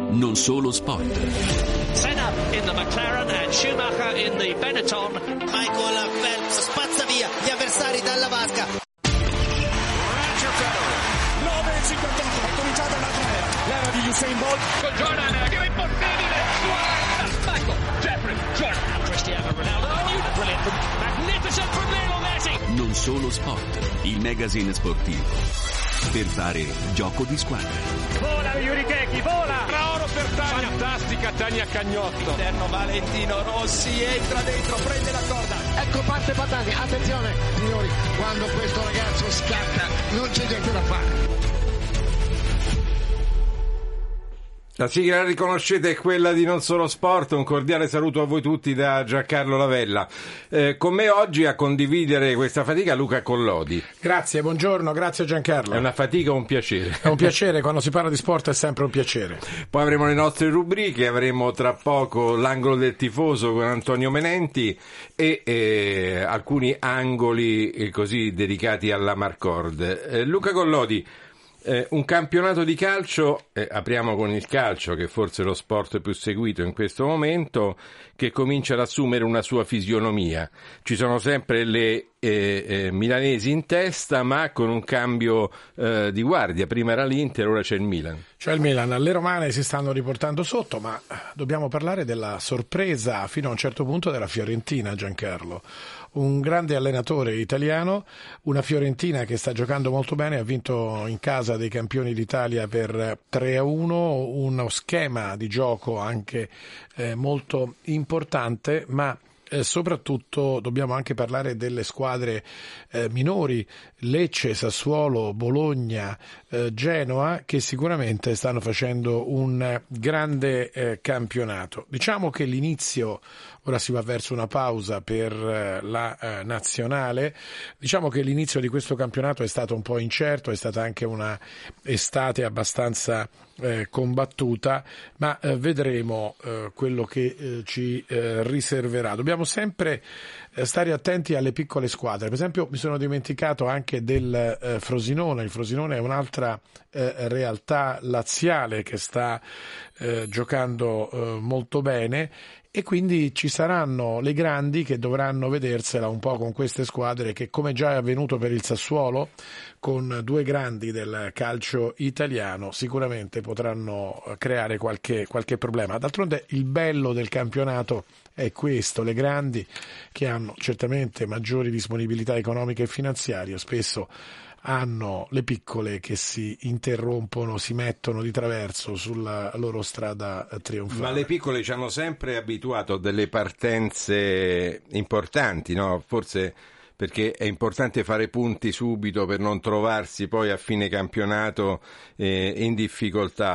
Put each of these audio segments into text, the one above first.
Non Solo Sport. Senna in the McLaren and Schumacher in the Benetton. Michael Phelps spazza via gli avversari dalla vasca. Roger Federer, 9,58, è cominciata un'altra l'era di Usain Bolt. Con Jordan, più impossibile. Michael, Jeffrey, Jordan, Cristiano Ronaldo. Brilliant, magnificent from Lionel Messi. Non Solo Sport, il magazine sportivo per fare gioco di squadra. Vola Yuri Keki, vola! Oro per Tania, fantastica Tania Cagnotto. Interno Valentino Rossi entra dentro, prende la corda. Ecco parte Patani, attenzione signori, quando questo ragazzo scatta non c'è niente da fare. La sigla la riconoscete, è quella di Non Solo Sport. Un cordiale saluto a voi tutti da Giancarlo Lavella. Con me oggi a condividere questa fatica Luca Collodi. Grazie, buongiorno, grazie Giancarlo. È una fatica o un piacere? È un piacere, quando si parla di sport è sempre un piacere. Poi avremo le nostre rubriche, avremo tra poco l'angolo del tifoso con Antonio Menenti e alcuni angoli così dedicati alla Marcord. Luca Collodi, un campionato di calcio, apriamo con il calcio che forse è lo sport più seguito in questo momento, che comincia ad assumere una sua fisionomia. Ci sono sempre le milanesi in testa, ma con un cambio di guardia. Prima era l'Inter, ora c'è il Milan. C'è il Milan, le romane si stanno riportando sotto, ma dobbiamo parlare della sorpresa fino a un certo punto della Fiorentina, Giancarlo. Un grande allenatore italiano, una Fiorentina che sta giocando molto bene, ha vinto in casa dei campioni d'Italia per 3-1, uno schema di gioco anche molto importante, ma soprattutto dobbiamo anche parlare delle squadre minori, Lecce, Sassuolo, Bologna, Genoa, che sicuramente stanno facendo un grande campionato. Diciamo che l'inizio, ora si va verso una pausa per la nazionale, diciamo che l'inizio di questo campionato è stato un po' incerto, è stata anche una estate abbastanza combattuta, ma vedremo quello che ci riserverà. Dobbiamo sempre stare attenti alle piccole squadre. Per esempio mi sono dimenticato anche del Frosinone. Il Frosinone è un'altra realtà laziale che sta giocando molto bene, e quindi ci saranno le grandi che dovranno vedersela un po' con queste squadre che, come già è avvenuto per il Sassuolo, con due grandi del calcio italiano, sicuramente potranno creare qualche problema. D'altronde il bello del campionato è questo: le grandi, che hanno certamente maggiori disponibilità economiche e finanziarie, spesso hanno le piccole che si interrompono, si mettono di traverso sulla loro strada trionfale. Ma le piccole ci hanno sempre abituato a delle partenze importanti, no? Forse perché è importante fare punti subito per non trovarsi poi a fine campionato in difficoltà.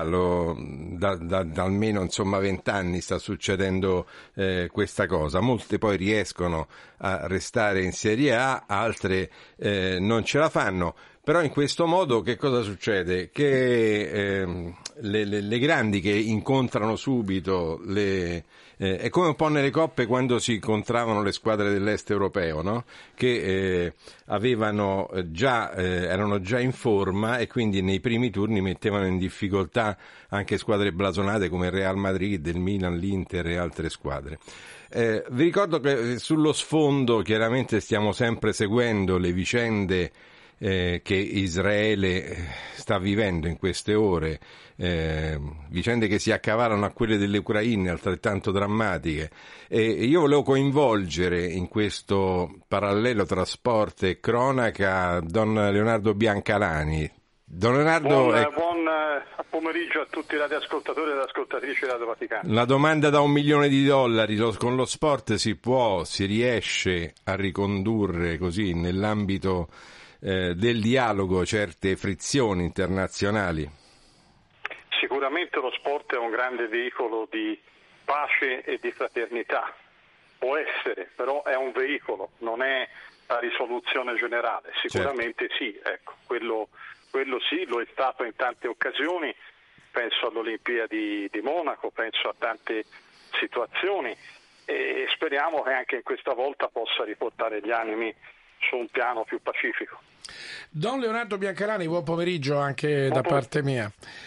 Da almeno 20 anni sta succedendo questa cosa. Molte poi riescono a restare in Serie A, altre non ce la fanno. Però in questo modo che cosa succede? Che le grandi che incontrano subito è come un po' nelle coppe quando si incontravano le squadre dell'est europeo, no? Che erano già in forma, e quindi nei primi turni mettevano in difficoltà anche squadre blasonate come il Real Madrid, il Milan, l'Inter e altre squadre. Vi ricordo che sullo sfondo chiaramente stiamo sempre seguendo le vicende che Israele sta vivendo in queste ore, vicende che si accavalano a quelle delle Ucraine, altrettanto drammatiche, e io volevo coinvolgere in questo parallelo tra sport e cronaca don Leonardo Biancalani. Don Leonardo, buon pomeriggio a tutti i radioascoltatori e ascoltatrici di Radio Vaticano. La domanda da $1 milione: con lo sport si riesce a ricondurre così nell'ambito del dialogo certe frizioni internazionali? Sicuramente lo sport è un grande veicolo di pace e di fraternità, può essere, però è un veicolo, non è la risoluzione generale. Sicuramente certo. Sì, ecco, quello sì, lo è stato in tante occasioni, penso all'Olimpiadi di Monaco, penso a tante situazioni, e speriamo che anche questa volta possa riportare gli animi su un piano più pacifico. Don Leonardo Biancalani, buon pomeriggio anche da parte mia.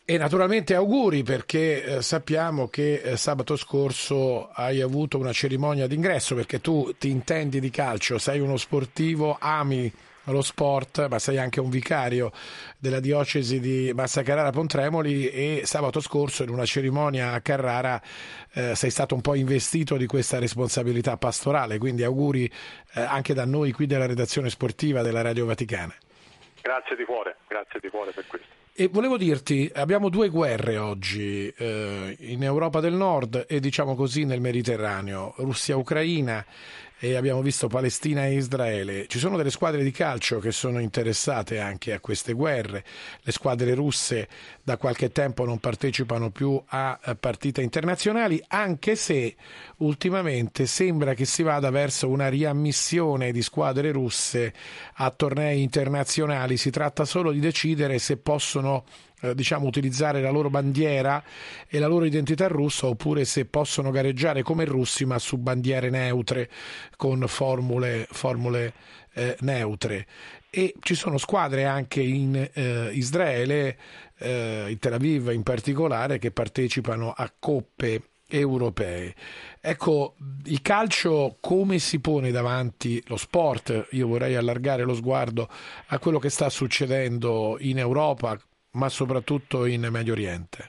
E naturalmente auguri, perché sappiamo che sabato scorso hai avuto una cerimonia d'ingresso, perché tu ti intendi di calcio, sei uno sportivo, ami lo sport, ma sei anche un vicario della diocesi di Massa Carrara Pontremoli, e sabato scorso in una cerimonia a Carrara sei stato un po' investito di questa responsabilità pastorale, quindi auguri anche da noi qui della redazione sportiva della Radio Vaticana. Grazie di cuore per questo. E volevo dirti, abbiamo 2 guerre oggi in Europa del Nord e diciamo così nel Mediterraneo, Russia-Ucraina, e abbiamo visto Palestina e Israele. Ci sono delle squadre di calcio che sono interessate anche a queste guerre. Le squadre russe da qualche tempo non partecipano più a partite internazionali, anche se ultimamente sembra che si vada verso una riammissione di squadre russe a tornei internazionali. Si tratta solo di decidere se possono utilizzare la loro bandiera e la loro identità russa, oppure se possono gareggiare come russi ma su bandiere neutre, con formule neutre. E ci sono squadre anche in Israele, in Tel Aviv in particolare, che partecipano a coppe europee. Ecco, il calcio come si pone davanti, lo sport, io vorrei allargare lo sguardo a quello che sta succedendo in Europa, ma soprattutto in Medio Oriente.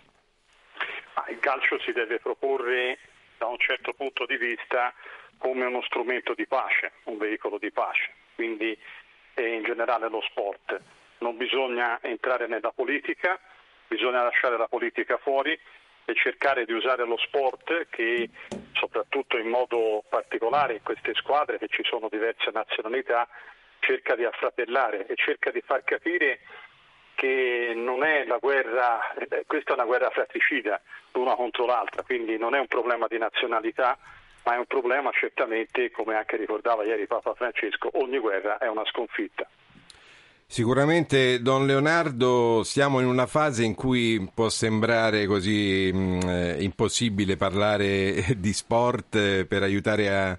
Il calcio si deve proporre da un certo punto di vista come uno strumento di pace, un veicolo di pace, quindi in generale lo sport. Non bisogna entrare nella politica, bisogna lasciare la politica fuori e cercare di usare lo sport, che soprattutto in modo particolare in queste squadre, che ci sono diverse nazionalità, cerca di affratellare e cerca di far capire che non è la guerra, questa è una guerra fratricida l'una contro l'altra, quindi non è un problema di nazionalità, ma è un problema certamente, come anche ricordava ieri Papa Francesco, ogni guerra è una sconfitta. Sicuramente, Don Leonardo, siamo in una fase in cui può sembrare così impossibile parlare di sport per aiutare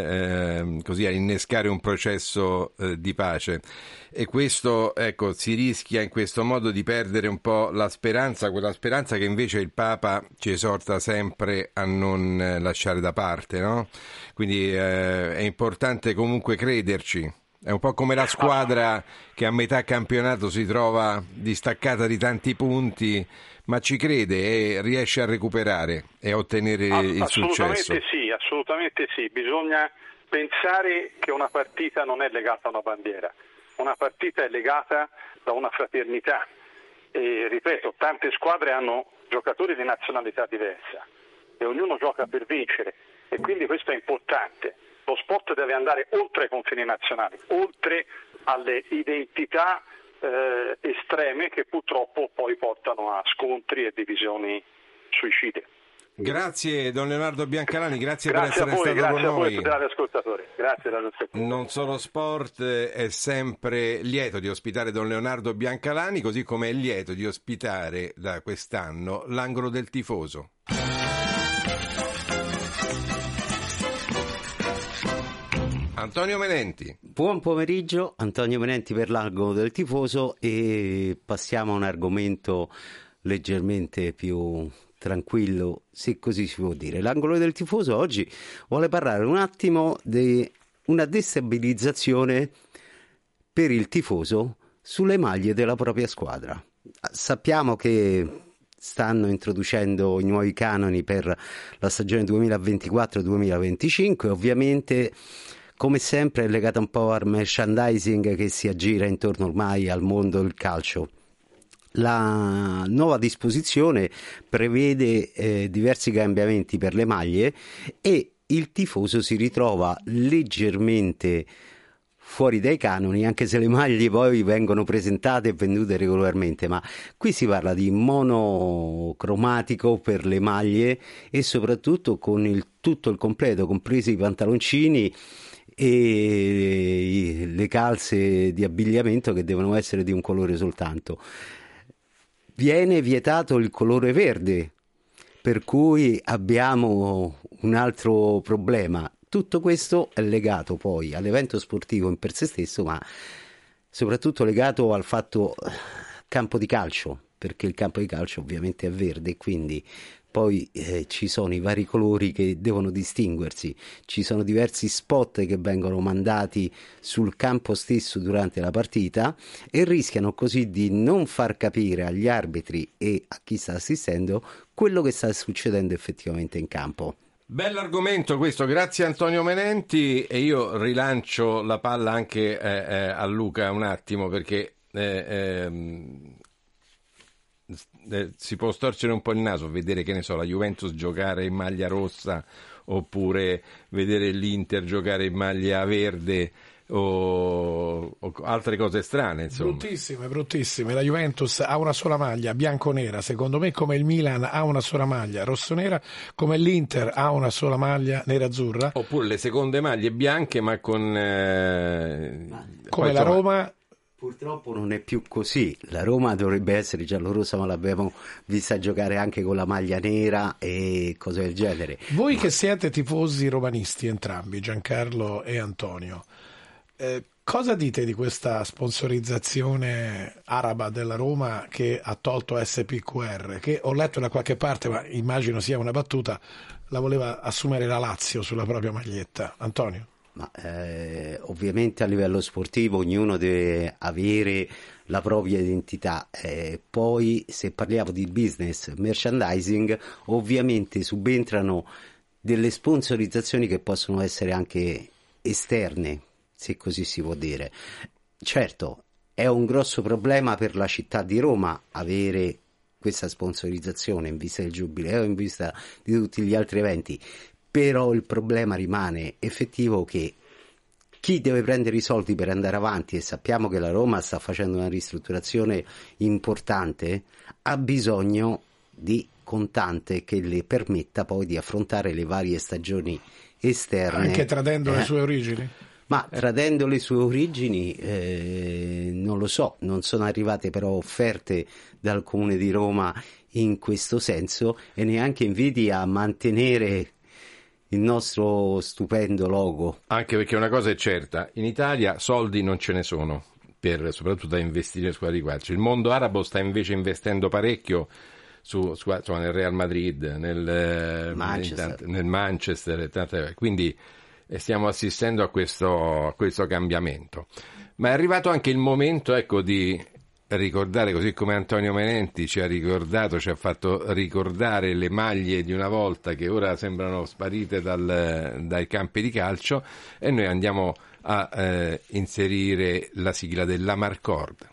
così a innescare un processo di pace, e questo, ecco, si rischia in questo modo di perdere un po' la speranza, quella speranza che invece il Papa ci esorta sempre a non lasciare da parte, no? Quindi è importante comunque crederci. È un po' come la squadra che a metà campionato si trova distaccata di tanti punti, ma ci crede e riesce a recuperare e a ottenere il successo. Assolutamente sì. Bisogna pensare che una partita non è legata a una bandiera, una partita è legata da una fraternità. E ripeto, tante squadre hanno giocatori di nazionalità diversa e ognuno gioca per vincere, e quindi questo è importante. Lo sport deve andare oltre i confini nazionali, oltre alle identità estreme che purtroppo poi portano a scontri e divisioni suicide. Grazie Don Leonardo Biancalani, grazie per essere stato con noi. Grazie a voi, tutti gli ascoltatori. Grazie. Non Solo Sport è sempre lieto di ospitare Don Leonardo Biancalani, così come è lieto di ospitare da quest'anno l'Angolo del Tifoso. Antonio Menenti. Buon pomeriggio, Antonio Menenti per l'Angolo del Tifoso, e passiamo a un argomento leggermente più tranquillo, se così si può dire. L'Angolo del Tifoso oggi vuole parlare un attimo di una destabilizzazione per il tifoso sulle maglie della propria squadra. Sappiamo che stanno introducendo i nuovi canoni per la stagione 2024-2025, ovviamente come sempre è legata un po' al merchandising che si aggira intorno ormai al mondo del calcio. La nuova disposizione prevede diversi cambiamenti per le maglie e il tifoso si ritrova leggermente fuori dai canoni, anche se le maglie poi vengono presentate e vendute regolarmente, ma qui si parla di monocromatico per le maglie e soprattutto con tutto il completo, compresi i pantaloncini e le calze di abbigliamento che devono essere di un colore soltanto. Viene vietato il colore verde, per cui abbiamo un altro problema. Tutto questo è legato poi all'evento sportivo in per sé stesso, ma soprattutto legato al fatto campo di calcio. perché il campo di calcio ovviamente è verde, quindi poi ci sono i vari colori che devono distinguersi, ci sono diversi spot che vengono mandati sul campo stesso durante la partita e rischiano così di non far capire agli arbitri e a chi sta assistendo quello che sta succedendo effettivamente in campo. Bell'argomento questo, grazie Antonio Menenti, e io rilancio la palla anche a Luca un attimo, perché si può storcere un po' il naso, vedere, che ne so, la Juventus giocare in maglia rossa oppure vedere l'Inter giocare in maglia verde o altre cose strane, insomma. Bruttissime. La Juventus ha una sola maglia bianco-nera, secondo me, come il Milan ha una sola maglia rosso-nera, come l'Inter ha una sola maglia nera-azzurra, oppure le seconde maglie bianche ma con come la Roma. Purtroppo non è più così, la Roma dovrebbe essere giallorossa, ma l'abbiamo vista giocare anche con la maglia nera e cose del genere. Voi che siete tifosi romanisti entrambi, Giancarlo e Antonio, cosa dite di questa sponsorizzazione araba della Roma che ha tolto SPQR, che ho letto da qualche parte, ma immagino sia una battuta, la voleva assumere la Lazio sulla propria maglietta? Antonio? Ma ovviamente a livello sportivo ognuno deve avere la propria identità, poi se parliamo di business, merchandising, ovviamente subentrano delle sponsorizzazioni che possono essere anche esterne, se così si può dire. Certo, è un grosso problema per la città di Roma avere questa sponsorizzazione in vista del Giubileo, in vista di tutti gli altri eventi. Però il problema rimane effettivo, che chi deve prendere i soldi per andare avanti, e sappiamo che la Roma sta facendo una ristrutturazione importante, ha bisogno di contante che le permetta poi di affrontare le varie stagioni esterne. Anche tradendo le sue origini? Ma tradendo le sue origini non lo so, non sono arrivate però offerte dal Comune di Roma in questo senso, e neanche inviti a mantenere il nostro stupendo logo. Anche perché una cosa è certa, in Italia soldi non ce ne sono, soprattutto da investire su di calcio. Il mondo arabo sta invece investendo parecchio nel Real Madrid, nel Manchester, quindi stiamo assistendo a questo cambiamento. Ma è arrivato anche il momento, ecco, di ricordare, così come Antonio Menenti ci ha fatto ricordare le maglie di una volta che ora sembrano sparite dai campi di calcio, e noi andiamo a inserire la sigla dell'Amarcord.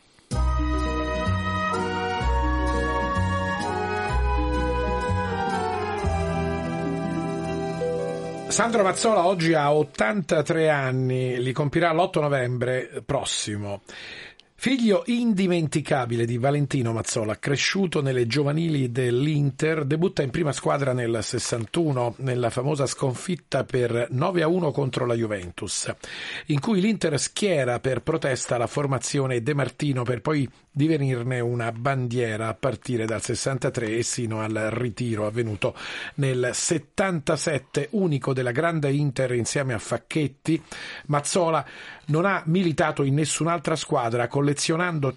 Sandro Mazzola oggi ha 83 anni, li compirà l'8 novembre prossimo. Figlio indimenticabile di Valentino Mazzola, cresciuto nelle giovanili dell'Inter, debutta in prima squadra nel 61 nella famosa sconfitta per 9-1 contro la Juventus, in cui l'Inter schiera per protesta la formazione De Martino per poi divenirne una bandiera a partire dal 63 e sino al ritiro avvenuto nel 77, unico della grande Inter insieme a Facchetti. Mazzola non ha militato in nessun'altra squadra, collezionando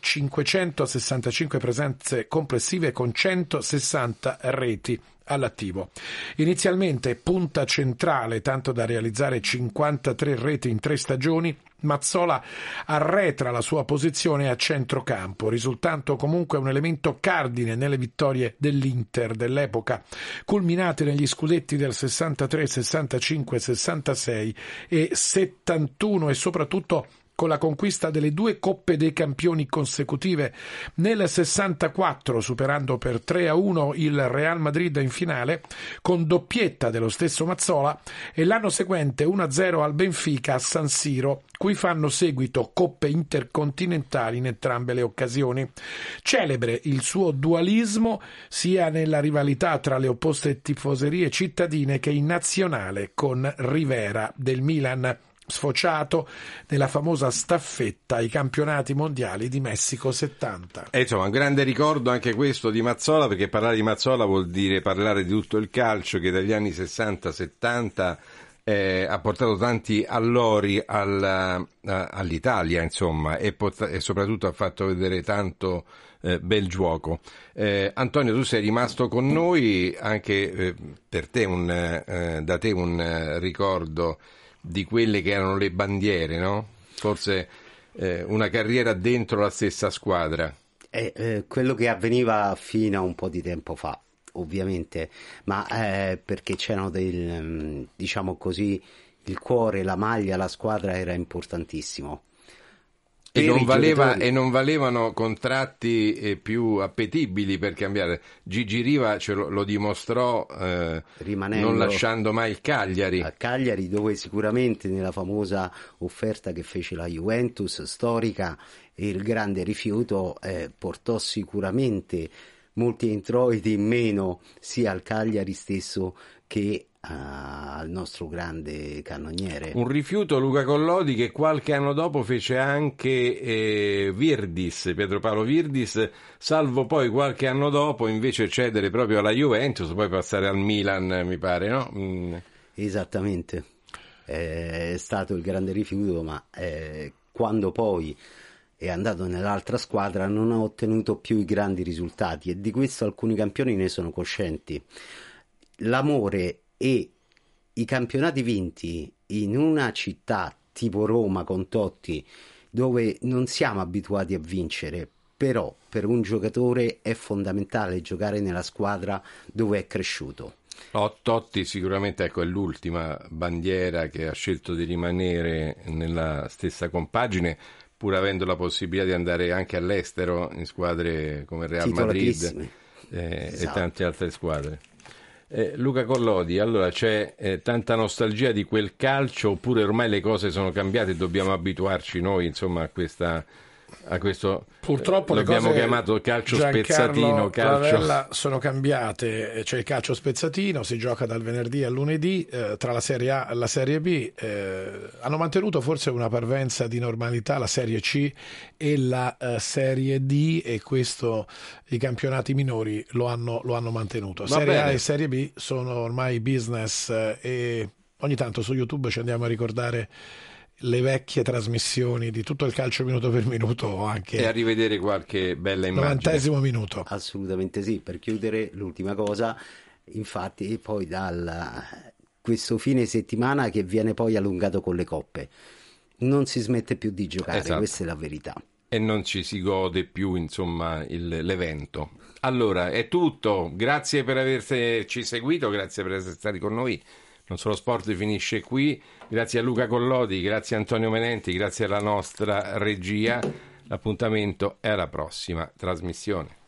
565 presenze complessive con 160 reti all'attivo. Inizialmente punta centrale, tanto da realizzare 53 reti in 3 stagioni, Mazzola arretra la sua posizione a centrocampo, risultando comunque un elemento cardine nelle vittorie dell'Inter dell'epoca, culminate negli scudetti del 63, 65, 66 e 71, e soprattutto con la conquista delle 2 Coppe dei Campioni consecutive, nel 64 superando per 3-1 il Real Madrid in finale, con doppietta dello stesso Mazzola, e l'anno seguente 1-0 al Benfica a San Siro, cui fanno seguito coppe intercontinentali in entrambe le occasioni. Celebre il suo dualismo sia nella rivalità tra le opposte tifoserie cittadine che in nazionale con Rivera del Milan, sfociato nella famosa staffetta ai campionati mondiali di Messico 70. E insomma, un grande ricordo anche questo di Mazzola, perché parlare di Mazzola vuol dire parlare di tutto il calcio che dagli anni 60-70 ha portato tanti allori all'Italia, insomma, e soprattutto ha fatto vedere tanto bel gioco. Antonio, tu sei rimasto con noi, anche per te da te un ricordo di quelle che erano le bandiere, no? Forse una carriera dentro la stessa squadra. Quello che avveniva fino a un po' di tempo fa, ovviamente, ma perché c'erano diciamo così, il cuore, la maglia, la squadra era importantissimo. E non valevano contratti più appetibili per cambiare. Gigi Riva lo dimostrò non lasciando mai il Cagliari. A Cagliari, dove sicuramente nella famosa offerta che fece la Juventus storica, il grande rifiuto portò sicuramente molti introiti in meno sia al Cagliari stesso che al nostro grande cannoniere. Un rifiuto, Luca Collodi, che qualche anno dopo fece anche Virdis, Pietro Paolo Virdis, salvo poi qualche anno dopo invece cedere proprio alla Juventus, poi passare al Milan, mi pare, no? Esattamente, è stato il grande rifiuto, ma quando poi è andato nell'altra squadra non ha ottenuto più i grandi risultati, e di questo alcuni campioni ne sono coscienti. L'amore e i campionati vinti in una città tipo Roma con Totti, dove non siamo abituati a vincere, però per un giocatore è fondamentale giocare nella squadra dove è cresciuto. Totti sicuramente, ecco, è l'ultima bandiera che ha scelto di rimanere nella stessa compagine, pur avendo la possibilità di andare anche all'estero in squadre come il Real Madrid e tante altre squadre. Luca Collodi, allora c'è tanta nostalgia di quel calcio, oppure ormai le cose sono cambiate e dobbiamo abituarci noi, insomma, a questo, purtroppo l'abbiamo chiamato calcio spezzatino. Sono cambiate, c'è il calcio spezzatino, si gioca dal venerdì al lunedì, tra la Serie A e la Serie B, hanno mantenuto forse una parvenza di normalità la Serie C e la Serie D, e questo i campionati minori lo hanno mantenuto. Serie A e Serie B sono ormai business, e ogni tanto su YouTube ci andiamo a ricordare le vecchie trasmissioni di tutto il calcio minuto per minuto, anche e a rivedere qualche bella immagine. 90° minuto. Assolutamente sì. Per chiudere, l'ultima cosa, infatti poi questo fine settimana che viene poi allungato con le coppe, non si smette più di giocare, esatto. Questa è la verità. E non ci si gode più, insomma, l'evento. Allora, è tutto. Grazie per averci seguito, grazie per essere stati con noi. Non Solo Sport finisce qui. Grazie a Luca Collodi, grazie a Antonio Menenti, grazie alla nostra regia. L'appuntamento è alla prossima trasmissione.